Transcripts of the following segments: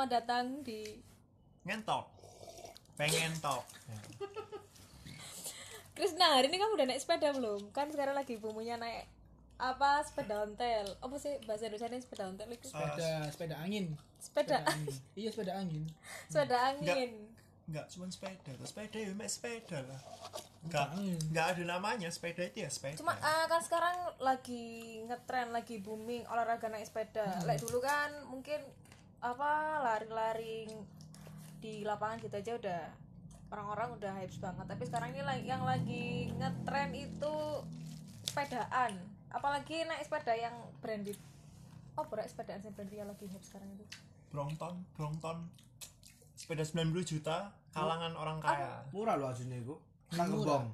Selamat datang di Ngentok. Pengen tok. Krisna. Hari ini kamu udah naik sepeda belum? Kan sekarang lagi boomnya naik apa, sepeda ontel. Apa sih bahasa Indonesianya sepeda ontel itu? Sepeda angin. Sepeda Iya, sepeda angin. sepeda angin. Enggak cuma sepeda. Sepeda ya mek sepeda lah. Angin. Enggak ada namanya, sepeda itu ya sepeda. Cuma kan sekarang lagi ngetren, lagi booming olahraga naik sepeda. Lek dulu kan mungkin apa lari-lari di lapangan gitu aja udah orang-orang udah hype banget. Tapi sekarang ini yang lagi ngetren itu sepedaan. Apalagi naik sepeda yang branded. Oh, berat sepedaan yang branded yang lagi hype sekarang itu. Brompton. Sepeda 90 juta kalangan orang kaya. Murah loh aslinya itu. Nang Gembong.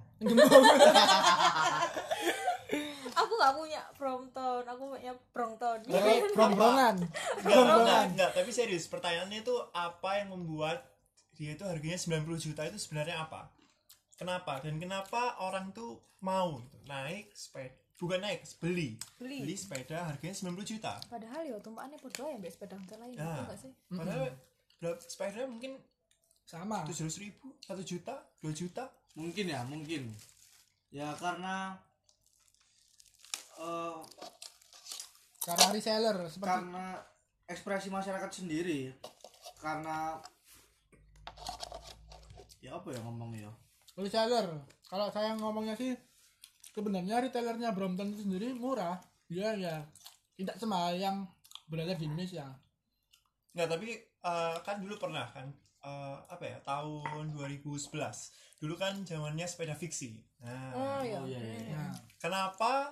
Aku nggak punya Brompton, aku punya Brompton. Brombongan. Enggak, tapi serius, pertanyaannya itu apa yang membuat dia itu harganya 90 juta itu sebenarnya apa? Kenapa? Dan kenapa orang tuh mau naik sepeda? Bukan naik, beli sepeda harganya 90 juta. Padahal ya tumpahannya podo ya mbak sepeda ontel lain, Nah, enggak sih? padahal berapa sepeda mungkin Sama. 700.000, 1 juta, 2 juta. Mungkin. Ya karena Karena reseller seperti karena ekspresi masyarakat sendiri. Karena ya apa ya ngomongnya ya? reseller. Kalau saya ngomongnya sih sebenarnya retailernya Brompton itu sendiri murah. Dia ya tidak semahal yang berada di Indonesia. Nggak, tapi kan dulu pernah kan tahun 2011 dulu kan zamannya sepeda fiksi. Nah, Iya. Nah, kenapa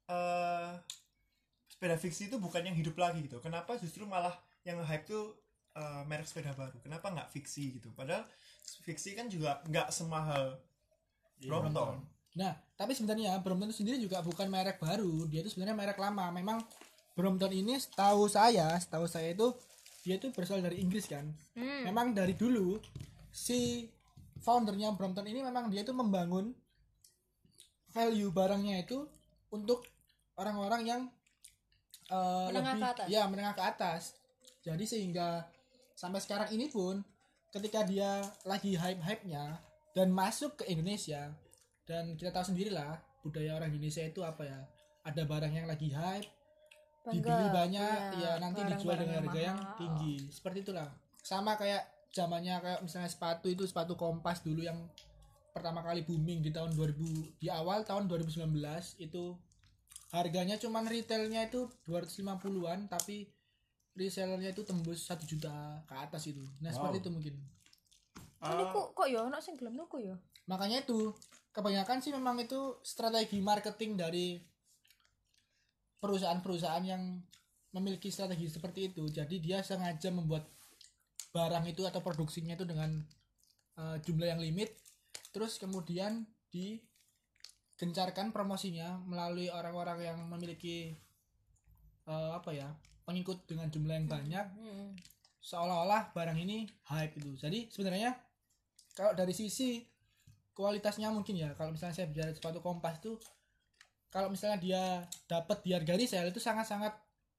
sepeda fiksi itu bukan yang hidup lagi gitu? Kenapa justru malah yang hype tuh merek sepeda baru? Kenapa nggak fiksi gitu? Padahal fiksi kan juga nggak semahal Brompton. Nah, tapi sebenarnya Brompton itu sendiri juga bukan merek baru, dia itu sebenarnya merek lama. Memang Brompton ini setahu saya itu dia itu berasal dari Inggris kan. Memang dari dulu si foundernya Brompton ini memang dia itu membangun value barangnya itu untuk orang-orang yang Menengah ke atas. Ya, menengah ke atas. Jadi sehingga sampai sekarang ini pun ketika dia lagi hype-hype-nya dan masuk ke Indonesia, dan kita tahu sendirilah budaya orang Indonesia itu apa ya, ada barang yang lagi hype dibeli banyak ya nanti dijual dengan harga yang tinggi, seperti itulah. Sama kayak zamannya kayak misalnya sepatu Kompas dulu yang pertama kali booming di tahun 2000, di awal tahun 2019 itu harganya cuman retailnya itu 250-an tapi resellernya itu tembus 1 juta ke atas itu. Nah, seperti itu mungkin. Ini kok ya anak sing gelem nuku ya? Makanya itu kebanyakan sih memang itu strategi marketing dari perusahaan-perusahaan yang memiliki strategi seperti itu. Jadi dia sengaja membuat barang itu atau produksinya itu dengan jumlah yang limit, terus kemudian digencarkan promosinya melalui orang-orang yang memiliki pengikut dengan jumlah yang banyak, seolah-olah barang ini hype itu. Jadi sebenarnya kalau dari sisi kualitasnya mungkin ya, kalau misalnya saya bicara sepatu Kompas tuh, kalau misalnya dia dapat di harga resell itu sangat-sangat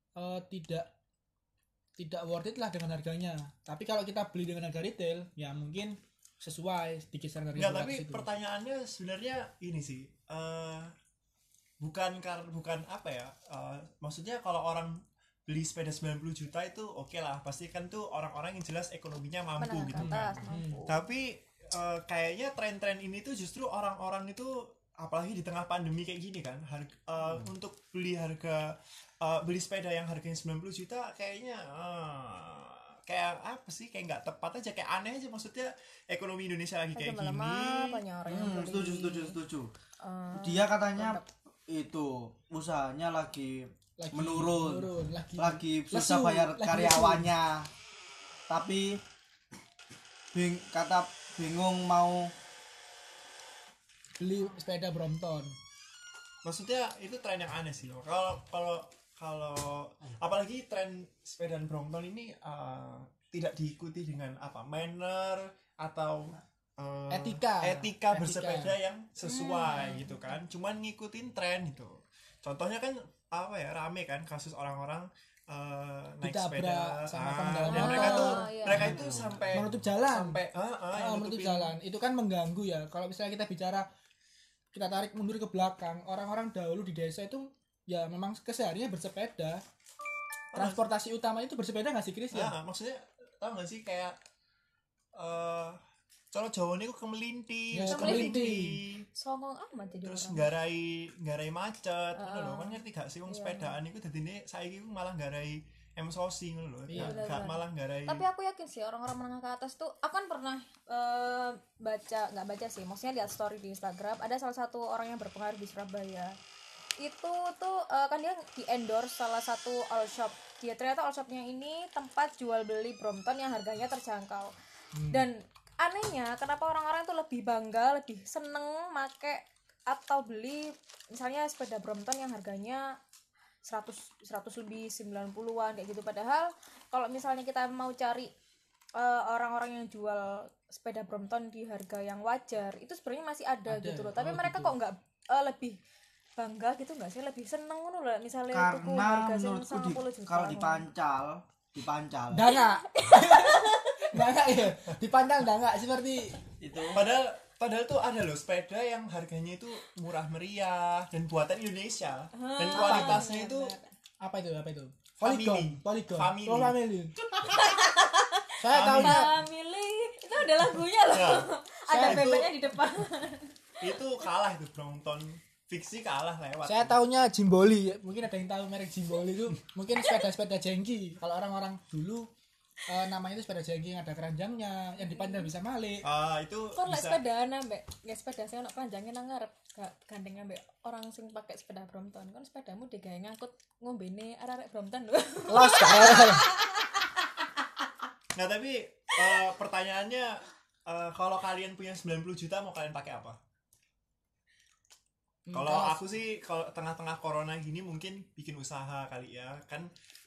tidak worth it lah dengan harganya. Tapi kalau kita beli dengan harga retail ya mungkin sesuai di kisaran harga. Nggak, tapi pertanyaannya sebenarnya ini sih, bukan apa ya, maksudnya kalau orang beli sepeda 90 juta itu oke lah, pasti kan tuh orang-orang yang jelas ekonominya mampu gitu kan. Tapi kayaknya tren-tren ini tuh justru orang-orang itu, apalagi di tengah pandemi kayak gini kan, untuk beli sepeda yang harganya 90 juta kayaknya kayak apa sih, kayak nggak tepat aja, kayak aneh aja. Maksudnya ekonomi Indonesia lagi kayak gini. Setuju. Dia katanya itu usahanya lagi menurun, lagi susah bayar karyawannya. Tapi bingung mau beli sepeda Brompton. Maksudnya itu tren yang aneh sih. Kalau apalagi tren sepeda Brompton ini tidak diikuti dengan manner atau etika bersepeda yang sesuai gitu kan. Cuman ngikutin tren itu. Contohnya kan rame kan kasus orang-orang naik ditabrak sepeda sama Ah, pengendara dan motor. mereka itu sampai menutup jalan. sampai yang Menutup nutupin. jalan itu kan mengganggu ya. Kalau misalnya kita tarik mundur ke belakang, orang-orang dahulu di desa itu ya memang kesehariannya bersepeda. Transportasi utama itu bersepeda nggak sih Chris ya? Maksudnya tau gak sih kayak kalau Jawa ini kemelinti, Ya, terus kemelinti. Songong amat jadi terus orang. nggarai macet ngono lho. Kan ngerti gak sih wong sepedaan iku dadine saiki ku malah nggarai emsosi ngono lho. Iya. Gak malah nggarai. Tapi aku yakin sih orang-orang menengah ke atas tuh, aku kan pernah nggak baca sih, maksudnya lihat story di Instagram ada salah satu orang yang berpengaruh di Surabaya. Itu tuh kan dia di endorse salah satu all shop. Dia ternyata all shopnya ini tempat jual beli Brompton yang harganya terjangkau. Dan anehnya kenapa orang-orang tuh lebih bangga, lebih seneng make atau beli misalnya sepeda Brompton yang harganya 100 lebih 90-an kayak gitu, padahal kalau misalnya kita mau cari orang-orang yang jual sepeda Brompton di harga yang wajar itu sebenarnya masih ada gitu loh. Tapi mereka gitu. kok nggak lebih bangga gitu nggak sih, lebih seneng ngono loh misalnya tuku Karena harga sing menurutku 90 juta. kalau dipancal Nggak ya. Dipandang nggak seperti itu Padahal tuh ada loh sepeda yang harganya itu murah meriah dan buatan Indonesia dan kualitasnya itu apa itu? Family. Polygon. Family. Oh, family. Saya tahunya Family itu ada lagunya loh. Nah, Ada itu- bebeknya di depan. itu kalah itu Brompton fiksi kalah lewat. Saya tahunya Jimboli. Mungkin ada yang tahu merek Jimboli itu. Mungkin sepeda-sepeda jengki. Kalau orang-orang dulu namanya itu sepeda jengki yang ada keranjangnya, yang dipandang bisa malik. Itu Kon lek bisa sepedaan ambek ya sepeda sing ono panjangnya nang ngarep gak gandeng ambek orang sing pakai sepeda Brompton. Kon sepedamu digawe ngangkut ngombene arek-arek Brompton lho. Los kan. Nah tapi pertanyaannya kalau kalian punya 90 juta mau kalian pakai apa? Kalau aku sih kalau tengah-tengah corona gini mungkin bikin usaha kali ya kan,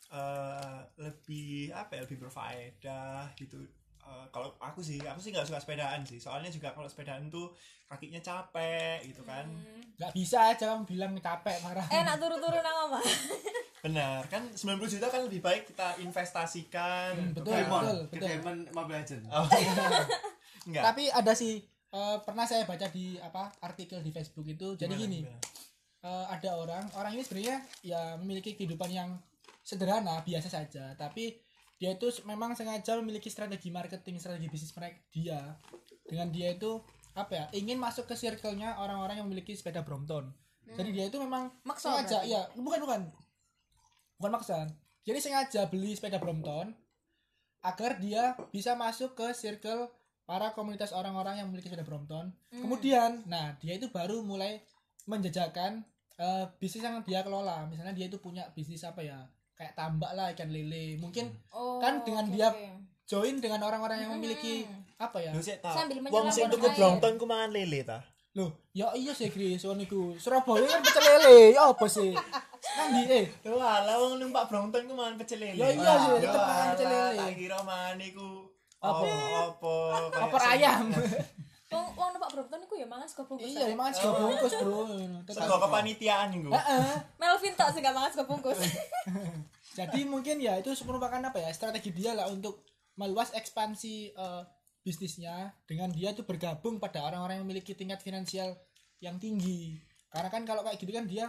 lebih lebih berfaedah gitu. Kalau aku sih nggak suka sepedaan sih, soalnya juga kalau sepedaan tuh kakinya capek gitu kan. Nggak bisa aja kamu bilang capek marah. Nak turu-turu nang omah. Benar kan, 90 juta kan lebih baik kita investasikan. Betul, kan? betul. Diamond Mobile Legends. Oh, enggak. Tapi ada sih pernah saya baca di artikel di Facebook itu. Jadi gini, ada orang ini sebenarnya ya memiliki kehidupan yang sederhana biasa saja, tapi dia itu memang sengaja memiliki strategi marketing, strategi bisnis dia dengan dia itu ingin masuk ke circle-nya orang-orang yang memiliki sepeda Brompton. Jadi dia itu memang Maksa sengaja berarti? ya bukan maksa, jadi sengaja beli sepeda Brompton agar dia bisa masuk ke circle para komunitas orang-orang yang memiliki sepeda Brompton. Kemudian dia itu baru mulai menjajakan bisnis yang dia kelola. Misalnya dia itu punya bisnis kayak tambak lah, ikan lele mungkin. Kan dengan dia join dengan orang-orang yang memiliki Lu sih tahu. Sambil Wong sing menyelam tuku air. Brompton ku mangan lele ta? loh ya iya sih Chris niku Surabaya kan pecel lele ya apa sih nanti Lho ala wong numpak Brompton ku mangan pecel lele. Ya iya sih, tetep mangan pecel lele. Tak kira mangan iku Apa? kayak opor ayam Wong numpak Brompton iku ya mangan sego bungkus. iya emang sego bungkus bro sego kepanitiaan iku. Heeh. Melvin tok sing gak mangan sego bungkus. Jadi mungkin ya itu merupakan strategi dia lah untuk meluas ekspansi bisnisnya dengan dia tuh bergabung pada orang-orang yang memiliki tingkat finansial yang tinggi. Karena kan kalau kayak gitu kan dia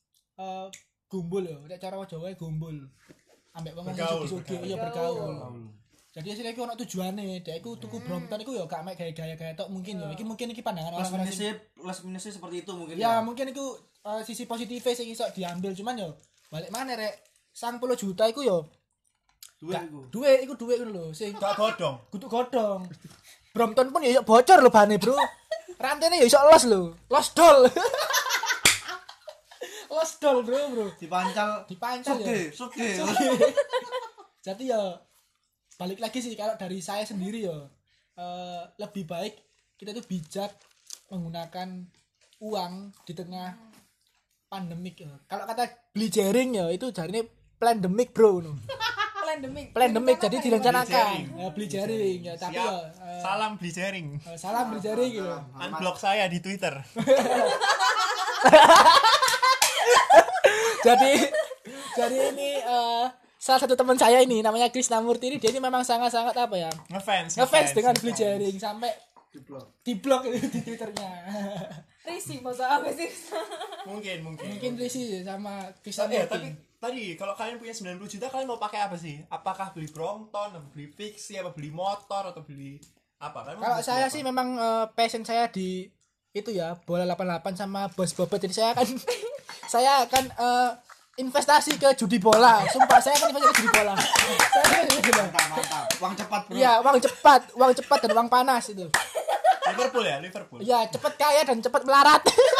gumbul ya, nek cara Jawa gumbul. Ambek wong sugih-sugih ya bergaul. Jadi hasilnya iku ono tujuane, dhek iku tuku Brompton iku ya gak mek gaya-gaya tok mungkin ya. Iki mungkin iki pandangan orang-orang sing Plus minusnya seperti itu mungkin ya mungkin itu sisi positifnya sing iso diambil, cuman yo balik mana rek 90 juta iku yo duit ngono lho sing Gak godong. kudu godhong. Brompton pun ya iso bocor lho bane, Bro. Rantene ya iso los lho. Los dol. Los dol, Bro. dipancal Ya. suge Jadi ya balik lagi sih kalau dari saya sendiri ya lebih baik kita tuh bijak menggunakan uang di tengah pandemik ya. Kalau kata beli jaring ya itu jarine pandemik, Bro. Pandemik jadi direncanakan beli jaring ya, tapi Siap. ya Salam beli jaring. salam beli jaring gitu. Unblock saya di Twitter. jadi ini salah satu teman saya ini namanya Krisnamurti ini, dia ini memang sangat-sangat apa ya? Ngefans Dengan Blue Jaring sampai di-blok itu di Twitternya. Risi masa apa sih? Mungkin Risi sama Tapi Krisnamurti. tadi kalau kalian punya 90 juta kalian mau pakai apa sih? Apakah beli Brompton, atau beli fiksi, apa beli motor, atau beli apa? Kalian mau Kalau beli saya apa? sih memang passion saya di itu ya, bola 88 sama Bos Bobot. Jadi saya akan investasi ke judi bola. Sumpah saya akan investasi ke judi bola. Mantap. Uang cepat, Bro. Iya, uang cepat dan uang panas itu. Liverpool. Iya, cepat kaya dan cepat melarat.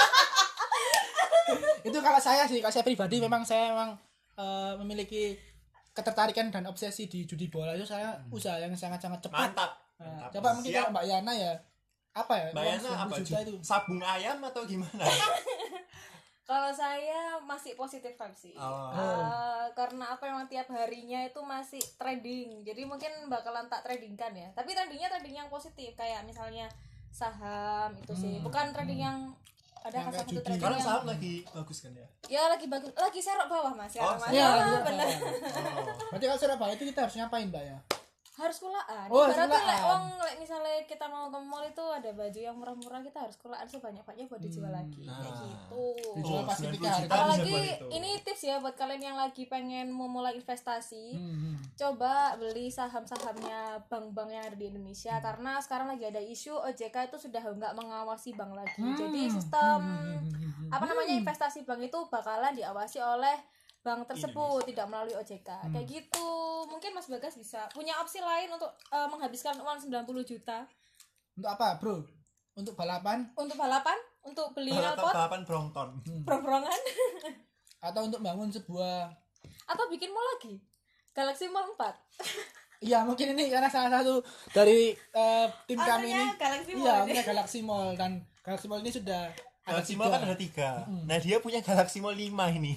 Itu kalau saya pribadi memang memiliki ketertarikan dan obsesi di judi bola. Itu saya usaha yang sangat-sangat cepat. Mantap. Nah, coba mungkin kalau Mbak Yana ya apa ya? Mbak Yana uang apa 90 juta itu. sabung ayam atau gimana? Kalau saya masih positif vibes sih. Karena apa memang tiap harinya itu masih trading. Jadi mungkin bakalan tak tradingkan ya. Tapi trading yang positif kayak misalnya saham itu sih. Bukan trading yang ada Yang kayak satu judi. trading Karena yang saham lagi bagus kan ya? ya lagi bagus. Lagi serok bawah Mas ya. Mas. Iya, Bener. Berarti kalau Surabaya itu kita harus ngapain, Mbak ya? Harus kulaan. Oh, harus Ibaratnya kulaan. misalnya kita mau ke mall itu ada baju yang murah-murah, kita harus kulaan sebanyak-banyaknya buat dijual lagi. Kayak gitu. Dijual pasti 90 ketika juta harga. bisa Apalagi buat itu. ini tips ya buat kalian yang lagi pengen memulai investasi. Coba beli saham-sahamnya bank-bank yang ada di Indonesia karena sekarang lagi ada isu OJK itu sudah nggak mengawasi bank lagi. Jadi sistem investasi bank itu bakalan diawasi oleh bank tersebut, tidak melalui OJK. Kayak gitu. Mungkin Mas Bagas bisa punya opsi lain untuk menghabiskan uang 90 juta. Untuk apa, Bro? Untuk balapan Untuk balapan, untuk beli knalpot, Balapan Brompton. prong-prongan, atau untuk bangun sebuah atau bikin mall lagi. Galaxy Mall 4. iya, mungkin ini karena salah satu dari tim kami ini. Galaxy Mall. Iya, punya Galaxy Mall dan Galaxy Mall ini sudah ada Galaxy Mall kan ada 3. Nah, dia punya Galaxy Mall 5 ini.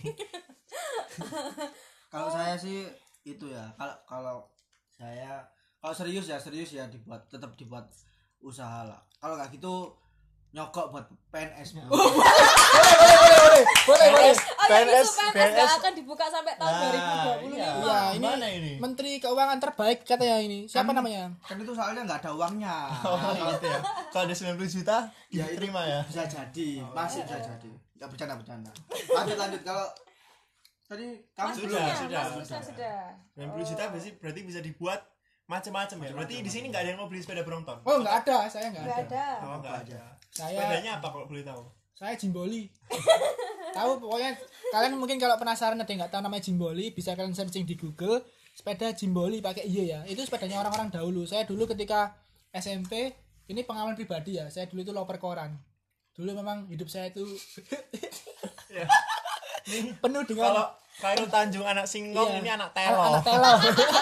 Kalau saya sih itu ya. Kalau saya serius ya tetap dibuat usaha lah. Kalau nggak gitu nyogok buat PNS. boleh. PNS nggak akan dibuka sampai tahun 2025. Iya, ini Gimana ini? Menteri Keuangan terbaik katanya ini. Siapa namanya? Kan itu soalnya nggak ada uangnya. Gitu ya. Kalau ada 90 juta Ya, itu diterima ya. Bisa jadi, masih bisa jadi. Ya bercanda. Lanjut kalau tadi kamu Sudah. 90 juta berarti bisa dibuat macam-macam ya. Berarti di sini nggak ada yang mau beli sepeda Brompton. Oh, enggak ada, saya enggak Nggak ada. ada. Oh, nggak ada. Saya Sepedanya apa kalau boleh tahu? saya Jimboli. Tahu pokoknya kalian mungkin kalau penasaran ada yang nggak tahu namanya Jimboli, bisa kalian searching di Google sepeda Jimboli pakai iya ya. Itu sepedanya orang-orang dahulu. Saya dulu ketika SMP, ini pengalaman pribadi ya. Saya dulu itu loper koran. Dulu memang hidup saya itu Ya. penuh dengan Kalau Khairul Tanjung anak singkong, Iya. ini anak telo. Anak telo.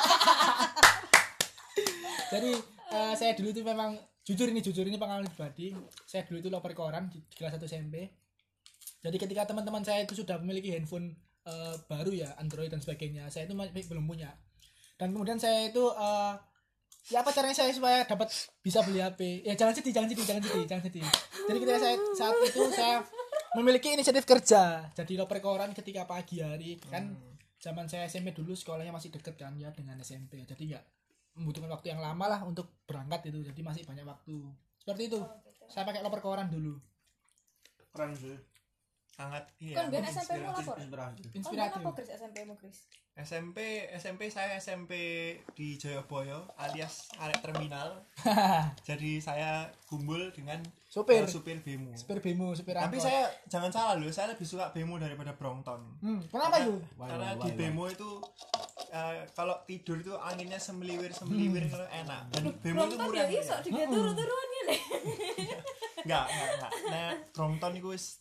Jadi saya dulu itu memang jujur ini pengalaman pribadi. Saya dulu itu loper koran di kelas 1 SMP. Jadi ketika teman-teman saya itu sudah memiliki handphone baru ya, Android dan sebagainya, saya itu belum punya. Dan kemudian saya itu ya apa caranya saya supaya dapat bisa beli HP? Ya jangan sedih. Jadi ketika saya saat itu saya memiliki inisiatif kerja jadi loper koran ketika pagi hari kan. Zaman saya SMP dulu sekolahnya masih deket kan ya dengan SMP, jadi nggak membutuhkan waktu yang lama lah untuk berangkat itu, jadi masih banyak waktu seperti itu. Saya pakai loper koran dulu. keren sih. Sangat Kan biar SMP mu lapor. Inspiratif. Inspiratif. Apa Kris SMP mu Kris? SMP saya SMP di Joyoboyo alias arek terminal. Jadi saya kumpul dengan Supir. supir bemo. Supir bemo, supir Tapi angkot. saya jangan salah loh, saya lebih suka bemo daripada Brompton. Kenapa itu? Karena di bemo itu kalau tidur itu anginnya semeliwir kalau enak. Dan bemo itu Brompton murah. ya iso digatur-turuan ngene. Enggak. Nah, Brompton itu wis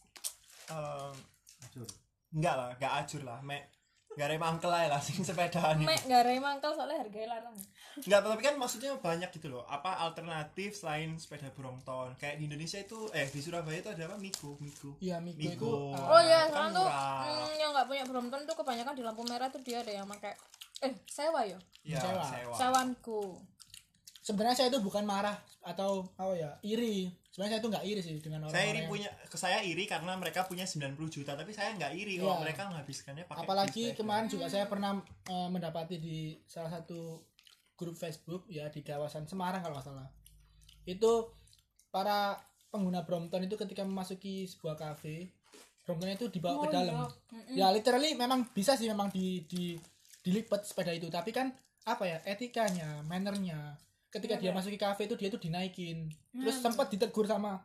enggak ajur lah, gak ada mangkel aja lah sing sepedaan itu. Mek gare mangkel soalnya harganya larang. Enggak, tapi kan maksudnya banyak gitu loh. Apa alternatif selain sepeda Brompton? Kayak di Indonesia itu di Surabaya itu ada apa? Miko. Iya, Miko itu Oh iya, kan sekarang tuh murah. yang nggak punya Brompton tuh kebanyakan di lampu merah tuh dia ada yang pakai sewa ya. Iya, Sewa. sewa. Sewanku. sebenarnya saya itu bukan marah atau iri. Sebenarnya saya itu nggak iri sih dengan orang. Saya iri karena mereka punya 90 juta, tapi saya nggak iri kalau mereka menghabiskannya pakai. Apalagi kemarin juga saya pernah mendapati di salah satu grup Facebook ya di kawasan Semarang kalau nggak salah. Itu para pengguna Brompton itu ketika memasuki sebuah kafe, Bromptonnya itu dibawa ke dalam. Ya literally memang bisa sih memang dilipat sepeda itu, tapi kan etikanya, mannernya. Ketika dia masuk ke kafe itu dia tuh dinaikin. Terus sempat ditegur sama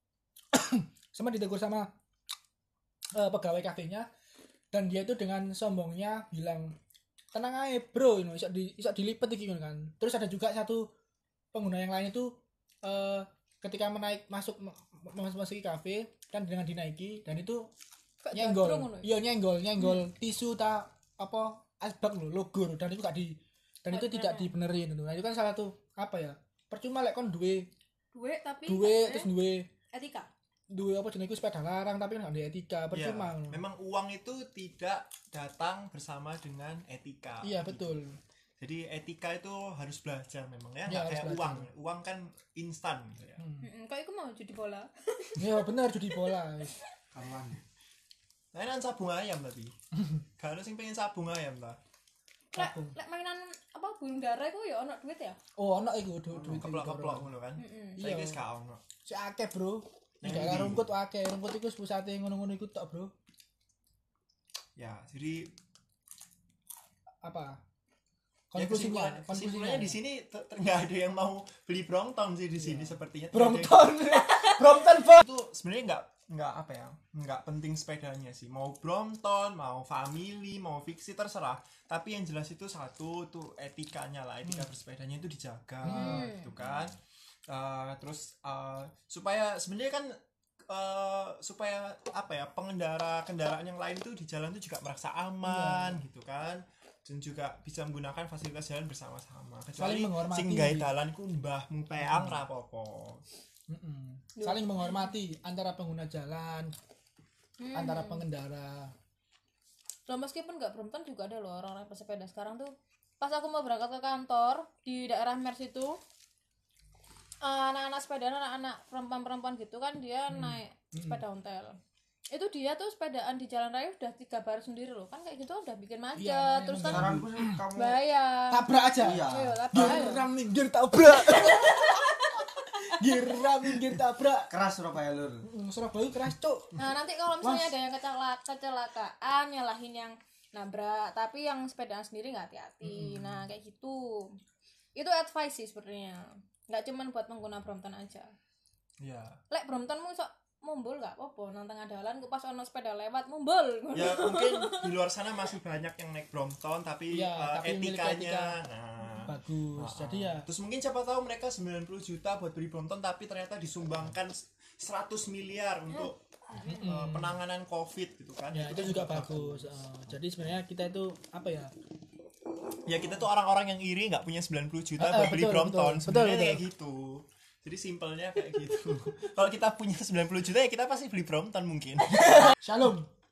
pegawai kafenya, dan dia itu dengan sombongnya bilang, "Tenang aja, Bro, ini iso dilipat iki kan." Terus ada juga satu pengguna yang lain itu ketika masuk ke kafe kan dengan dinaiki, dan itu nyenggol tisu asbak logo, dan itu itu tidak dibenerin itu. Nah, itu kan salah satu percuma lek kon duwe terus duwe etika. Duwe sepeda larang tapi enggak ada etika, percuma. Ya, memang uang itu tidak datang bersama dengan etika. Iya, betul. Jadi etika itu harus belajar memang ya, Ya, nggak kayak belajar. uang kan instan gitu ya. Kayak aku mau judi bola. Ya benar, judi bola. kawan. Mainan sabung ayam tadi. Gak ada sing pengen sabung ayam ta. Lek mainan burung dara iku ya ono duit ya? Oh, ono iku duit Keplok-keplok ngono kan. Saiki wis gak ono. Si akeh, Bro. Yang Daerah di- rumput akeh. Rumput iku pusate ngono-ngono iku tok, Bro. Ya, jadi Apa? ya Konklusinya kesimpulannya di sini nggak ada yang mau beli Brompton sih di sini sepertinya. Brompton. Brompton, Bro. Itu sebenarnya nggak penting sepedanya sih, mau Brompton, mau family, mau fiksi terserah, tapi yang jelas itu satu tuh etikanya lah, etika bersepedanya itu dijaga gitu kan. Terus supaya sebenarnya kan supaya pengendara kendaraan yang lain tuh di jalan tuh juga merasa aman gitu kan, dan juga bisa menggunakan fasilitas jalan bersama-sama, kecuali Saling menghormati. sing gawe dalan ku mbahmu peang ra apa-apa. Saling menghormati antara pengguna jalan, antara pengendara. Loh, meskipun nggak Brompton juga ada loh orang-orang pesepeda sekarang tuh. Pas aku mau berangkat ke kantor di daerah Mers itu, anak-anak sepeda, anak-anak perempuan-perempuan gitu kan, dia naik sepeda ontel. Itu dia tuh sepedaan di jalan raya udah 3 baris sendiri loh, kan kayak gitu udah bikin macet. Iya, Terus kan Saranku sih kamu bahaya. Tabrak aja. Iya. Ayo, tabrak ayo. Geram minggir tabrak. Geram minggir tabrak. keras Surabaya lur. Surabaya keras, Cuk. Nah, nanti kalau misalnya ada yang kecelakaan, nyalahin yang nabrak, tapi yang sepedaan sendiri nggak hati-hati. Nah, kayak gitu. Itu advice sih sebenarnya. Nggak cuman buat pengguna Brompton aja. Ya. Lek Bromptonmu sok mumbul nggak apa-apa, nang tengah jalan ku pas ono sepeda lewat mumbul. Ya mungkin di luar sana masih banyak yang naik Brompton tapi, Iya, tapi memiliki etikanya etika. Bagus. Jadi ya terus mungkin siapa tahu mereka 90 juta buat beli Brompton tapi ternyata disumbangkan 100 miliar untuk penanganan COVID gitu kan. ya itu juga bagus. Jadi sebenarnya kita itu Ya kita tuh orang-orang yang iri nggak punya 90 juta buat beli betul, Brompton. betul, Sebenarnya betul. kayak gitu. Jadi simpelnya kayak gitu. Kalau kita punya 90 juta ya kita pasti beli Brompton mungkin. Shalom.